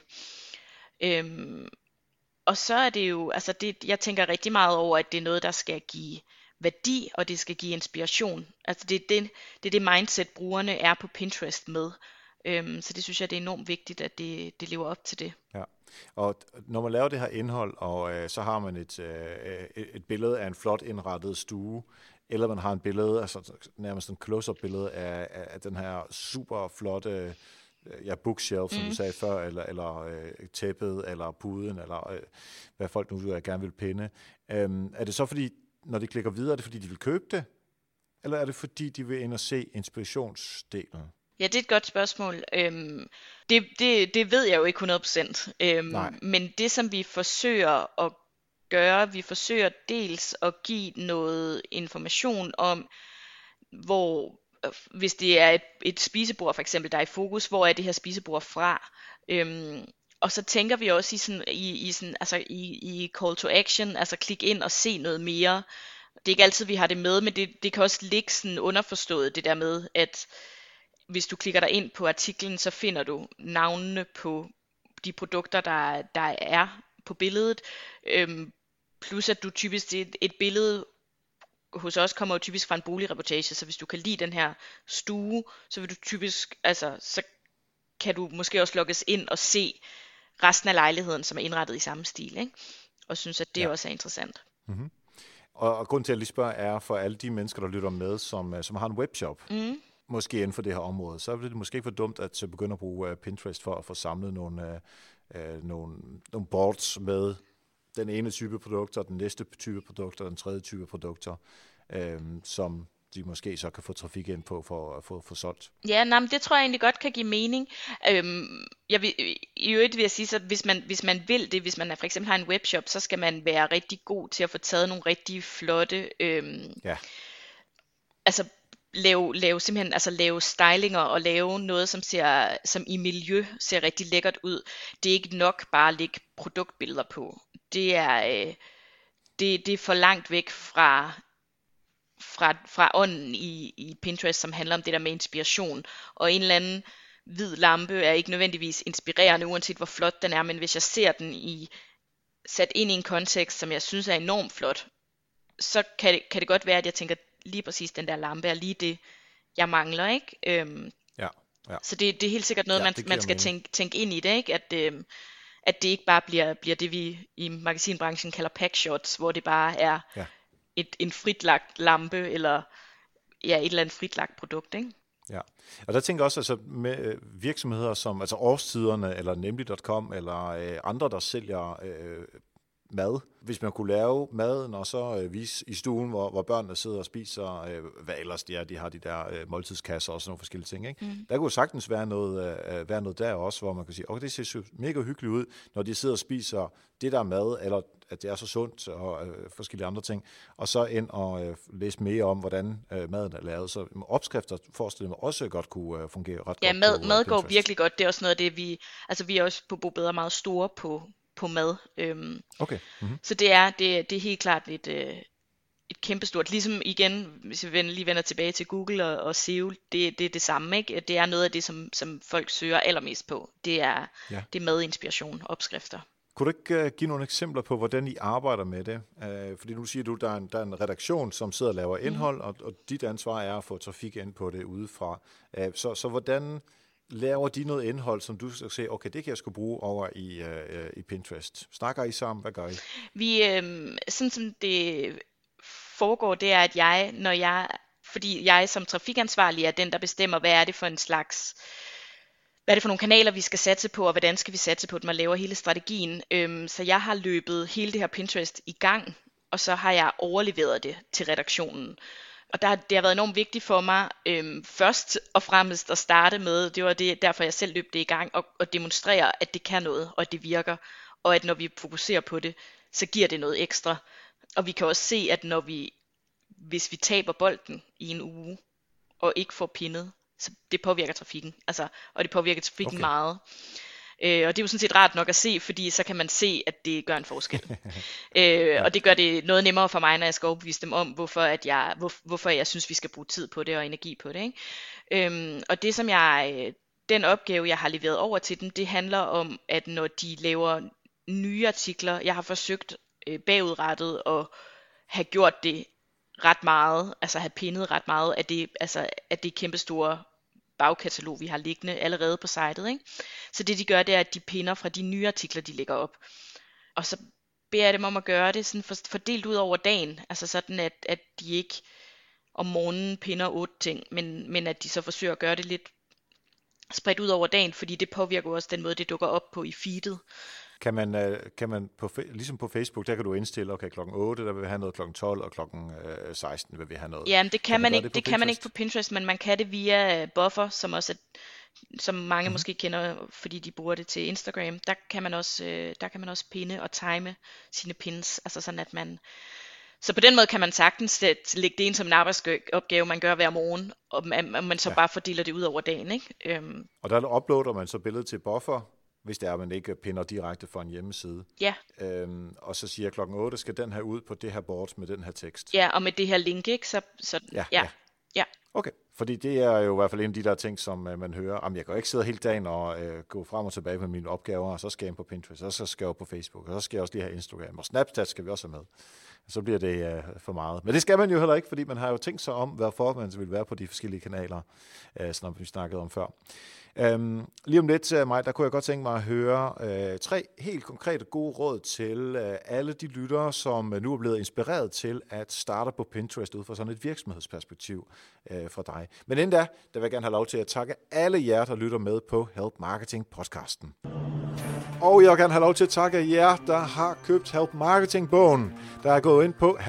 Og så er det jo, altså jeg tænker rigtig meget over, at det er noget, der skal give værdi, og det skal give inspiration. Altså det er det mindset, brugerne er på Pinterest med. Så det synes jeg, det er enormt vigtigt, at det lever op til det. Ja. Og når man laver det her indhold, og så har man et billede af en flot indrettet stue, eller man har en billede, altså nærmest en close-up billede af den her super flotte bookshelf, som du sagde før, eller tæppet, eller puden, eller hvad folk nu gerne vil pinde. Er det så fordi, når de klikker videre, er det fordi, de vil købe det? Eller er det fordi, de vil ind og se inspirationsdelen? Ja, det er et godt spørgsmål. Det ved jeg jo ikke 100%. Men det, som vi forsøger at gøre, vi forsøger dels at give noget information om, hvor, hvis det er et spisebord for eksempel, der er i fokus, hvor er det her spisebord fra? Og så tænker vi også i call to action, altså klik ind og se noget mere. Det er ikke altid, vi har det med, men det kan også ligge sådan underforstået, det der med, at hvis du klikker dig ind på artiklen, så finder du navnene på de produkter, der er på billedet. Plus at du typisk, et billede hos os kommer jo typisk fra en boligreportage, så hvis du kan lide den her stue, så vil du typisk, altså så kan du måske også logges ind og se resten af lejligheden, som er indrettet i samme stil, ikke? Og synes, at det også er interessant. Mm-hmm. Og grunden til, at jeg lige spørger, er for alle de mennesker, der lytter med, som har en webshop, måske inden for det her område, så vil det måske ikke være dumt at begynde at bruge Pinterest for at få samlet nogle boards med den ene type produkter, den næste type produkter, den tredje type produkter, som de måske så kan få trafik ind på for at få solgt. Ja, men det tror jeg egentlig godt kan give mening. I øvrigt vil jeg sige, så hvis man vil det, hvis man for eksempel har en webshop, så skal man være rigtig god til at få taget nogle rigtig flotte, altså lave stylinger og lave noget, som i miljø ser rigtig lækkert ud. Det er ikke nok bare at lægge produktbilleder på. Det er for langt væk fra ånden i Pinterest, som handler om det der med inspiration. Og en eller anden hvid lampe er ikke nødvendigvis inspirerende, uanset hvor flot den er, men hvis jeg ser den sat ind i en kontekst, som jeg synes er enormt flot, så kan det godt være, at jeg tænker, lige præcis den der lampe er lige det, jeg mangler, ikke? Ja. Så det er helt sikkert noget, man skal tænke ind i det, ikke? At det ikke bare bliver det, vi i magasinbranchen kalder packshots, hvor det bare er en fritlagt lampe, eller et eller andet fritlagt produkt, ikke? Ja, og der tænker jeg også, altså med virksomheder som altså Årstiderne, eller Nemlig.com, eller andre, der sælger mad. Hvis man kunne lave maden og så vise i stuen, hvor børnene sidder og spiser, hvad ellers de har de der måltidskasser og sådan nogle forskellige ting, ikke? Der kunne sagtens være noget der også, hvor man kan sige, okay, det ser mega hyggeligt ud, når de sidder og spiser det der mad, eller at det er så sundt og forskellige andre ting, og så ind og læse mere om, hvordan maden er lavet. Så opskrifter forestiller mig også godt kunne fungere ret godt. Ja, mad går virkelig godt. Det er også noget af det, vi er også på Bo Bedre meget store på mad. Okay. Så det er helt klart et kæmpestort, ligesom igen, hvis vi lige vender tilbage til Google og SEO, det er det samme, ikke? Det er noget af det, som folk søger allermest på. Det er madinspiration, opskrifter. Kunne du ikke give nogle eksempler på, hvordan I arbejder med det? Fordi nu siger du, der er en redaktion, som sidder og laver indhold, og dit ansvar er at få trafik ind på det udefra. Så hvordan laver de noget indhold, som du skal se, okay, det kan jeg sgu bruge over i Pinterest? Snakker I sammen? Hvad gør I? Vi, sådan som det foregår, det er, at fordi jeg som trafikansvarlig er den, der bestemmer, hvad er det for nogle kanaler, vi skal satse på, og hvordan skal vi satse på dem, og laver hele strategien. Så jeg har løbet hele det her Pinterest i gang og så har jeg overleveret det til redaktionen. Og det har været enormt vigtigt for mig først og fremmest at starte med, det var derfor jeg selv løb det i gang, og demonstrere, at det kan noget, og at det virker, og at når vi fokuserer på det, så giver det noget ekstra. Og vi kan også se, at hvis vi taber bolden i en uge, og ikke får pindet, så det påvirker trafikken, og det påvirker trafikken meget. Og det er jo sådan set rart nok at se, fordi så kan man se, at det gør en forskel. Og det gør det noget nemmere for mig, når jeg skal overbevise dem om, hvorfor jeg synes, vi skal bruge tid på det og energi på det. Ikke? Og det, den opgave, jeg har leveret over til dem, det handler om, at når de laver nye artikler, jeg har forsøgt bagudrettet at have gjort det ret meget, altså have pindet ret meget af det kæmpestore bagkatalog, vi har liggende allerede på sitet. Ikke? Så det de gør, det er, at de pinder fra de nye artikler, de lægger op. Og så beder jeg dem om at gøre det sådan fordelt ud over dagen, altså sådan, at de ikke om morgenen pinder 8 ting, men at de så forsøger at gøre det lidt spredt ud over dagen, fordi det påvirker også den måde, det dukker op på i feedet. Kan man ligesom på Facebook, der kan du indstille, okay, klokken 8, der vil vi have noget, klokken 12, og klokken 16 vil vi have noget. Ja, men det kan man ikke på Pinterest, men man kan det via Buffer, som mange måske kender, fordi de bruger det til Instagram. Der kan man også pinde og time sine pins, altså sådan at man. Så på den måde kan man sagtens lægge det ind som en arbejdsopgave, man gør hver morgen, og man så bare fordeler det ud over dagen, ikke? Og der uploader man så billedet til Buffer, hvis det er, at man ikke pinder direkte fra en hjemmeside. Ja. Og så siger klokken 8, skal den her ud på det her board med den her tekst. Ja, og med det her link, ikke? Så ja. Okay, fordi det er jo i hvert fald en af de der ting, som man hører. Jamen, jeg kan jo ikke sidde hele dagen og gå frem og tilbage med mine opgaver, og så skal jeg ind på Pinterest, og så skal jeg på Facebook, og så skal jeg også lige have Instagram, og Snapchat skal vi også have med. Så bliver det for meget. Men det skal man jo heller ikke, fordi man har jo tænkt sig om, hvorfor man vil være på de forskellige kanaler, som vi snakkede om før. Lige om lidt, Maj, der kunne jeg godt tænke mig at høre 3 helt konkrete gode råd til alle de lyttere, som nu er blevet inspireret til at starte på Pinterest ud fra sådan et virksomhedsperspektiv fra dig. Men inden da vil jeg gerne have lov til at takke alle jer, der lytter med på Help Marketing podcasten. Og jeg vil gerne have lov til at takke jer, der har købt Help Marketing-bogen. Der er gået ind på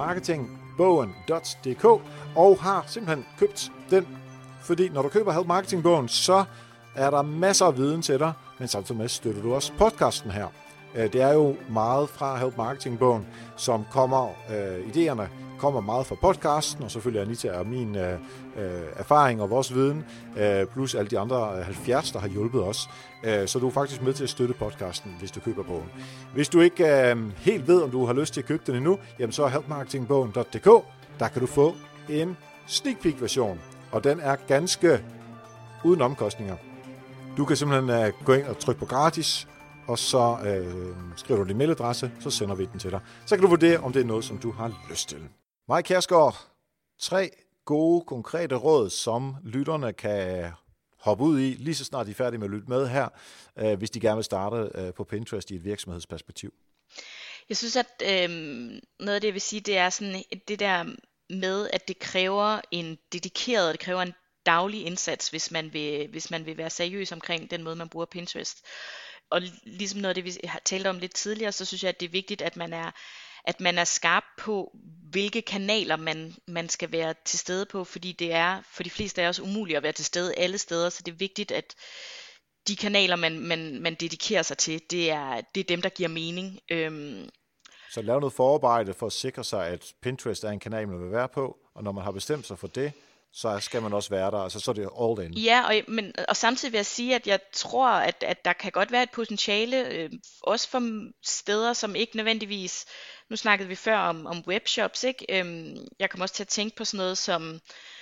helpmarketingbogen.dk og har simpelthen købt den. Fordi når du køber Help Marketing-bogen, så er der masser af viden til dig, men samtidig med støtter du også podcasten her. Det er jo meget fra Help Marketing-bogen, som kommer, idéerne kommer meget fra podcasten, og selvfølgelig Anita og min erfaring og vores viden, plus alle de andre 70, der har hjulpet os. Så du er faktisk med til at støtte podcasten, hvis du køber bogen. Hvis du ikke helt ved, om du har lyst til at købe den endnu, jamen så er helpmarketingbogen.dk. Der kan du få en sneak peek version, og den er ganske uden omkostninger. Du kan simpelthen gå ind og trykke på gratis, og så skriver du din mailadresse, så sender vi den til dig. Så kan du vurdere, om det er noget, som du har lyst til. Maj Kjærsgaard, 3 gode, konkrete råd, som lytterne kan hoppe ud i, lige så snart de er færdige med at lytte med her, hvis de gerne vil starte på Pinterest i et virksomhedsperspektiv. Jeg synes, at noget af det, jeg vil sige, det er sådan det der med, at det kræver en dedikeret, det kræver en daglig indsats, hvis man vil være seriøs omkring den måde, man bruger Pinterest. Og ligesom noget af det, vi har talt om lidt tidligere, så synes jeg, at det er vigtigt, at man er skarp på, hvilke kanaler man skal være til stede på, fordi det er for de fleste af os umuligt at være til stede alle steder, så det er vigtigt, at de kanaler, man dedikerer sig til, det er dem, der giver mening. Så lav noget forarbejde for at sikre sig, at Pinterest er en kanal, man vil være på, og når man har bestemt sig for det, så skal man også være der, altså så er det all in. Ja, og samtidig vil jeg sige, at jeg tror, at der kan godt være et potentiale, også for steder, som ikke nødvendigvis, nu snakkede vi før om webshops, ikke? Jeg kommer også til at tænke på sådan noget som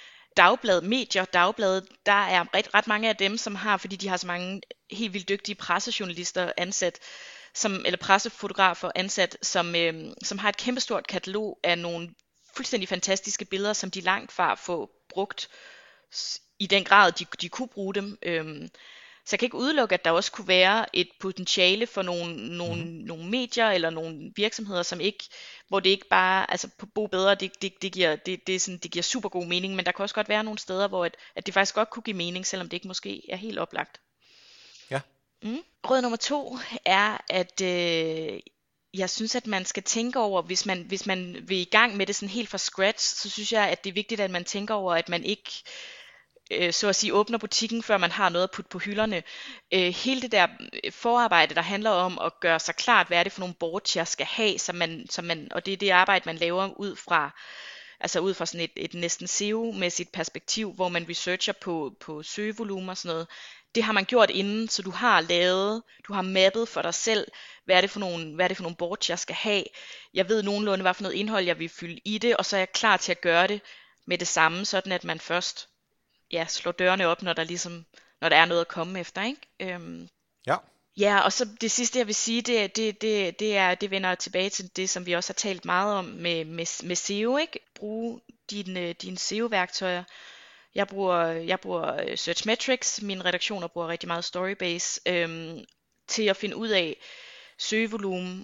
dagblade, der er ret mange af dem, som har, fordi de har så mange helt vildt dygtige pressejournalister ansat, eller pressefotografer ansat, som har et kæmpestort katalog af nogle fuldstændig fantastiske billeder, som de langt fra får brugt i den grad, de kunne bruge dem. Så jeg kan ikke udelukke, at der også kunne være et potentiale for nogle medier eller nogle virksomheder, som ikke, hvor det ikke bare, altså på Bo Bedre, det giver super god mening, men der kan også godt være nogle steder, hvor at det faktisk godt kunne give mening, selvom det ikke måske er helt oplagt. Ja. Råd nummer 2 er, at jeg synes, at man skal tænke over, hvis man vil i gang med det sådan helt fra scratch, så synes jeg, at det er vigtigt, at man tænker over, at man ikke så at sige åbner butikken, før man har noget at putte på hylderne. Hele det der forarbejde, der handler om at gøre sig klart, hvad er det for nogle boards, jeg skal have, og det er det arbejde, man laver ud fra sådan et næsten SEO-mæssigt perspektiv, hvor man researcher på søgevolumen og sådan noget. Det har man gjort inden, så du har mappet for dig selv, hvad er det for nogle boards, jeg skal have. Jeg ved nogenlunde, hvad for noget indhold, jeg vil fylde i det, og så er jeg klar til at gøre det med det samme, sådan at man først slår dørene op, når der er noget at komme efter, ikke? Ja. Ja, og så det sidste, jeg vil sige, det vender tilbage til det, som vi også har talt meget om med SEO, ikke? Bruge dine SEO-værktøjer. Jeg bruger Searchmetrics, mine redaktioner bruger rigtig meget Storybase, til at finde ud af søgevolumen,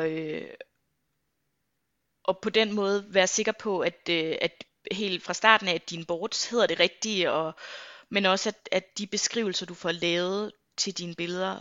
og på den måde være sikker på, at helt fra starten af, at dine boards hedder det rigtige, men også at de beskrivelser, du får lavet til dine billeder,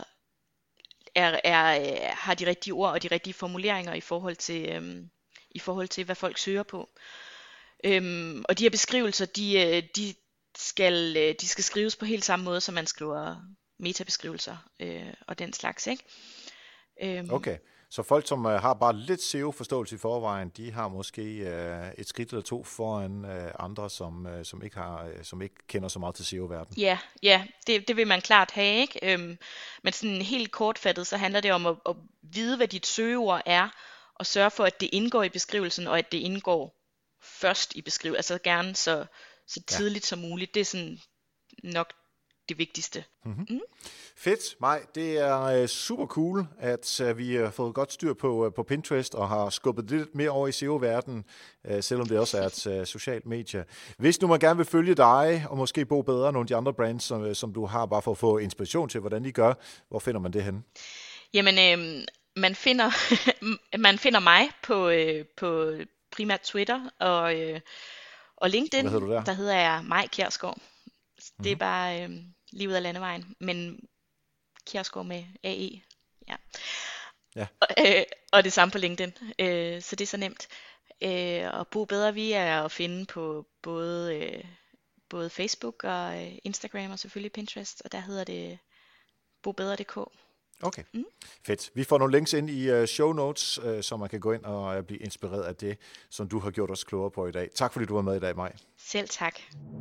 har de rigtige ord og de rigtige formuleringer i forhold til hvad folk søger på. Og de her beskrivelser, de skal skrives på helt samme måde, som man skriver metabeskrivelser og den slags, ikke? Okay. Så folk, som har bare lidt SEO-forståelse i forvejen, de har måske et skridt eller to foran andre, som ikke kender så meget til SEO-verdenen. Ja, det vil man klart have, ikke? Men sådan helt kortfattet, så handler det om at vide, hvad dit søgeord er, og sørge for, at det indgår i beskrivelsen, og at det indgår først i beskrivelsen, altså gerne så tidligt som muligt. Det er sådan nok det vigtigste. Mm-hmm. Fedt, Maj. Det er super cool, at vi har fået godt styr på Pinterest og har skubbet lidt mere over i SEO-verdenen, selvom det også er et socialt medie. Hvis nu man gerne vil følge dig, og måske bo bedre nogle af de andre brands, som du har, bare for at få inspiration til, hvordan de gør, hvor finder man det henne? Jamen, man finder mig på primært Twitter og LinkedIn. Hvad hedder du der? Der hedder jeg Maj Kjærsgaard. Det er bare lige ud af landevejen, men Kjærsgaard med AE. Ja. Og det samme på LinkedIn, så det er så nemt. Og Bo Bedre, vi er at finde på både Facebook og Instagram og selvfølgelig Pinterest, og der hedder det bobedre.dk. Okay, fedt. Vi får nogle links ind i show notes, så man kan gå ind og blive inspireret af det, som du har gjort os klogere på i dag. Tak fordi du var med i dag, Maj. Selv tak.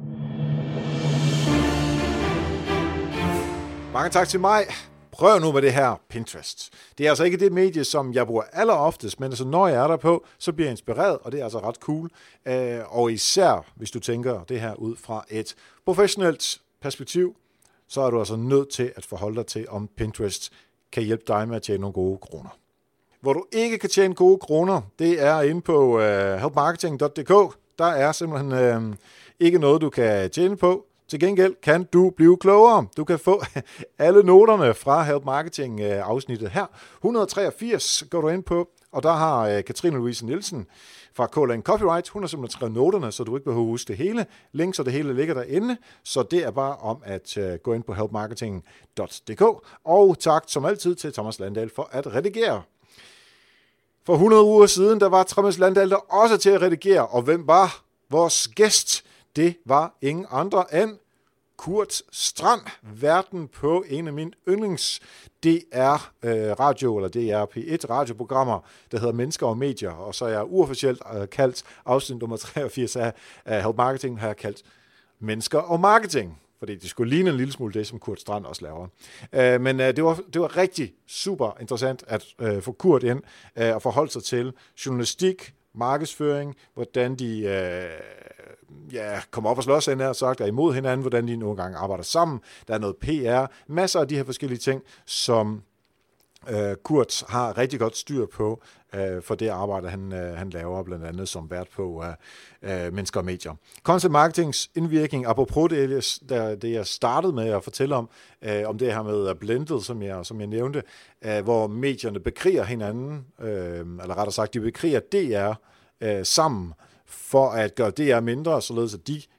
Mange tak til mig. Prøv nu med det her Pinterest. Det er altså ikke det medie, som jeg bruger alleroftest, men altså, når jeg er der på, så bliver jeg inspireret, og det er altså ret cool. Og især, hvis du tænker det her ud fra et professionelt perspektiv, så er du altså nødt til at forholde dig til, om Pinterest kan hjælpe dig med at tjene nogle gode kroner. Hvor du ikke kan tjene gode kroner, det er inde på helpmarketing.dk. Der er simpelthen ikke noget, du kan tjene på. Til gengæld kan du blive klogere. Du kan få alle noterne fra Help Marketing afsnittet her. 183 går du ind på, og der har Katrine Louise Nielsen fra KLN Copyright. Hun har simpelthen skrevet noterne, så du ikke behøver at huske det hele. Links og det hele ligger derinde, så det er bare om at gå ind på helpmarketing.dk. Og tak som altid til Thomas Landahl for at redigere. For 100 uger siden, der var Thomas Landahl der også til at redigere, og hvem var vores gæst? Det var ingen andre end Kurt Strand, værten på en af mine yndlings DR-radio, eller DR P1 radioprogrammer, der hedder Mennesker og Medier, og så er jeg uofficielt kaldt afsnit nummer 83 af Help Marketing, har jeg kaldt Mennesker og Marketing, fordi det skulle ligne en lille smule det, som Kurt Strand også laver. Men det var rigtig super interessant at få Kurt ind og forholde sig til journalistik, markedsføring, hvordan de kommer op og slås hinanden og sagt, er imod hinanden, hvordan de nogle gange arbejder sammen. Der er noget PR, masser af de her forskellige ting, som Kurt har rigtig godt styr på for det arbejde, han laver, blandt andet som vært på Mennesker og Medier. Content marketings indvirkning, apropos det jeg startede med at fortælle om det her med blended, som jeg nævnte, hvor medierne bekriger hinanden, eller rettere sagt, de bekriger DR sammen, for at gøre DR mindre, således at de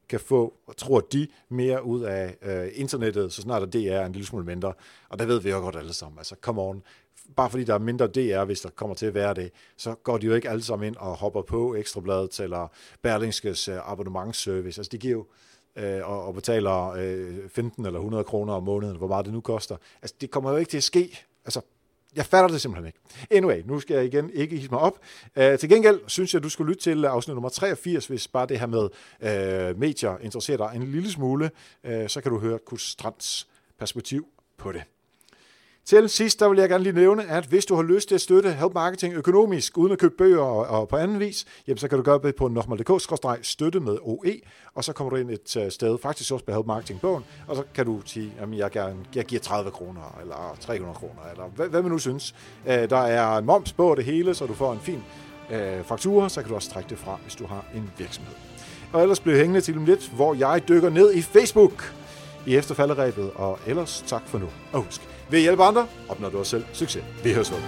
kan få, tror de, mere ud af internettet, så snart der DR er en lille smule mindre. Og der ved vi jo godt alle sammen. Altså, come on. Bare fordi der er mindre DR, hvis der kommer til at være det, så går de jo ikke alle sammen ind og hopper på Ekstrabladet eller Berlingskes abonnementsservice. Altså, de giver jo og betaler 15 eller 100 kroner om måneden, hvor meget det nu koster. Altså, det kommer jo ikke til at ske. Altså, jeg fatter det simpelthen ikke. Anyway, nu skal jeg igen ikke hisse mig op. Til gengæld synes jeg, du skulle lytte til afsnit nummer 83, hvis bare det her med medier interesserer dig en lille smule. Så kan du høre Kurt Strands perspektiv på det. Til sidst, der vil jeg gerne lige nævne, at hvis du har lyst til at støtte Help Marketing økonomisk, uden at købe bøger og på anden vis, jamen, så kan du gøre det på nokmal.dk/støtte med OE, og så kommer du ind et sted, faktisk også på Help Marketing-bogen, og så kan du sige, at jeg giver 30 kroner, eller 300 kroner, eller hvad man nu synes. Der er moms på det hele, så du får en fin faktura, så kan du også trække det fra, hvis du har en virksomhed. Og ellers bliver hængende til om lidt, hvor jeg dykker ned i Facebook i efterfalderæbet, og ellers tak for nu. Og husk, ved at hjælpe andre, opnår du også selv succes. Vi høres ved.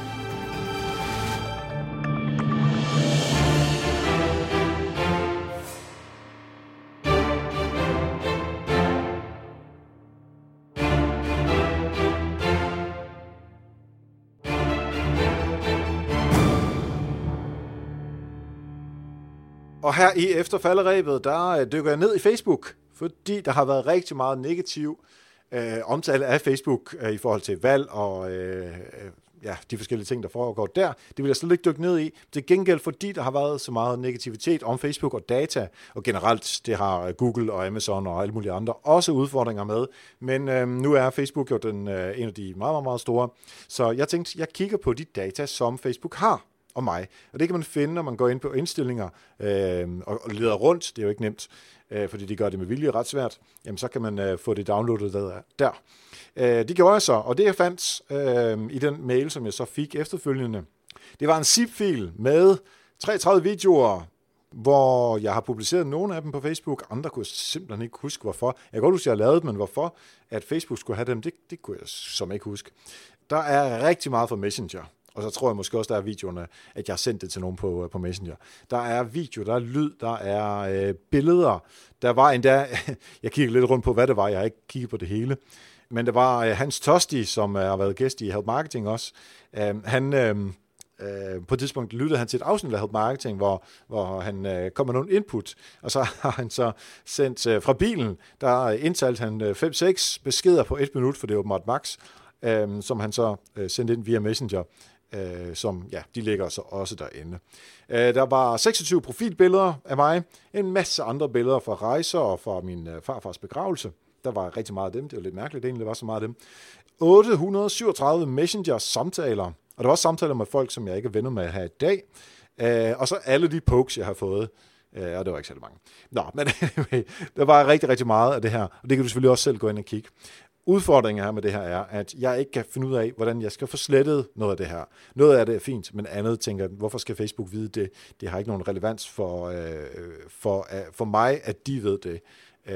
Og her i efterfalderæbet, der dykker jeg ned i Facebook, fordi der har været rigtig meget negativ omtale af Facebook i forhold til valg og de forskellige ting, der foregår der. Det vil jeg slet ikke dykke ned i. Til gengæld, fordi der har været så meget negativitet om Facebook og data, og generelt, det har Google og Amazon og alle mulige andre også udfordringer med. Men nu er Facebook jo en af de meget, meget, meget store. Så jeg tænkte, jeg kigger på de data, som Facebook har om mig. Og det kan man finde, når man går ind på indstillinger og leder rundt. Det er jo ikke nemt, fordi de gør det med vilje ret svært. Jamen, så kan man få det downloadet der. Det gjorde jeg så, og det jeg fandt i den mail, som jeg så fik efterfølgende, det var en zip-fil med 33 videoer, hvor jeg har publiceret nogle af dem på Facebook. Andre kunne jeg simpelthen ikke huske, hvorfor. Jeg kan godt huske, at jeg lavede dem, men hvorfor at Facebook skulle have dem, det kunne jeg som ikke huske. Der er rigtig meget fra Messenger. Og så tror jeg måske også, der er videoerne, at jeg har sendt det til nogen på Messenger. Der er video, der er lyd, der er billeder. Der var endda, jeg kiggede lidt rundt på, hvad det var, jeg har ikke kigget på det hele. Men der var Hans Tosti, som har været gæst i Help Marketing også. På et tidspunkt lyttede han til et afsnit af Help Marketing, hvor han kom med nogle input, og så har han så sendt fra bilen, der indtalte han 5-6 beskeder på 1 minut, for det er åbenbart max, som han så sendte ind via Messenger, som de ligger så også derinde. Der var 26 profilbilleder af mig, en masse andre billeder fra rejser og fra min farfars begravelse. Der var rigtig meget af dem, det var lidt mærkeligt, det egentlig var så meget af dem. 837 Messenger-samtaler, og der var også samtaler med folk, som jeg ikke er venner med her i dag. Og så alle de pokes, jeg har fået. Og det var ikke så mange. Nå, men anyway, der var rigtig, rigtig meget af det her, og det kan du selvfølgelig også selv gå ind og kigge. Udfordringen her med det her er, at jeg ikke kan finde ud af, hvordan jeg skal få slettet noget af det her. Noget af det er fint, men andet tænker jeg, hvorfor skal Facebook vide det? Det har ikke nogen relevans for mig, at de ved det.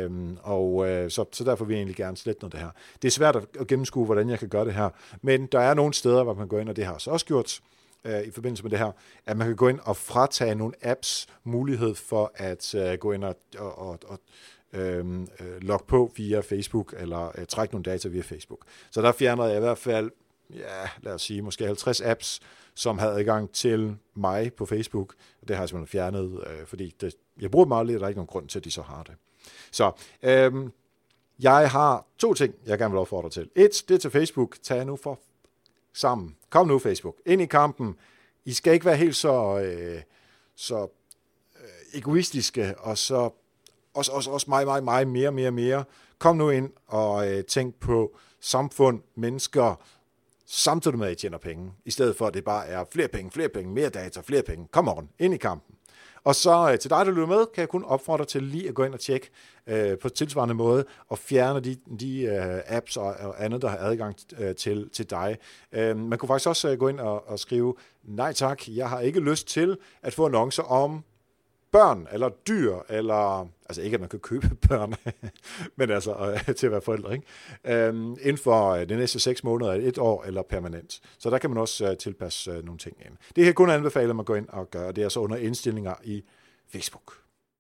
Så derfor vil jeg egentlig gerne slette noget af det her. Det er svært at gennemskue, hvordan jeg kan gøre det her, men der er nogle steder, hvor man går ind, og det har så også gjort i forbindelse med det her, at man kan gå ind og fratage nogle apps mulighed for at gå ind og logge på via Facebook, eller trække nogle data via Facebook. Så der fjerner jeg i hvert fald, lad os sige, måske 50 apps, som havde adgang til mig på Facebook. Det har jeg simpelthen fjernet, fordi jeg bruger meget lidt, og der er ikke nogen grund til, at de så har det. Så jeg har 2 ting, jeg gerne vil opfordre til. 1, det er til Facebook. Tag nu for sammen. Kom nu, Facebook. Ind i kampen. I skal ikke være helt så egoistiske, og så også meget mere. Kom nu ind og tænk på samfund, mennesker, samtidig med, at I tjener penge. I stedet for, at det bare er flere penge, mere data, flere penge. Kom on, ind i kampen. Og så til dig, der lytter med, kan jeg kun opfordre til lige at gå ind og tjekke på tilsvarende måde og fjerne de apps og andet, der har adgang til dig. Man kunne faktisk også gå ind og skrive, nej tak, jeg har ikke lyst til at få annoncer om børn eller dyr, eller altså ikke, at man kan købe børn, men altså til at være forældre, ikke? Inden for de næste 6 måneder, 1 år eller permanent. Så der kan man også tilpasse nogle ting ind. Det kan kun anbefale, at man går ind og gør, det er så under indstillinger i Facebook.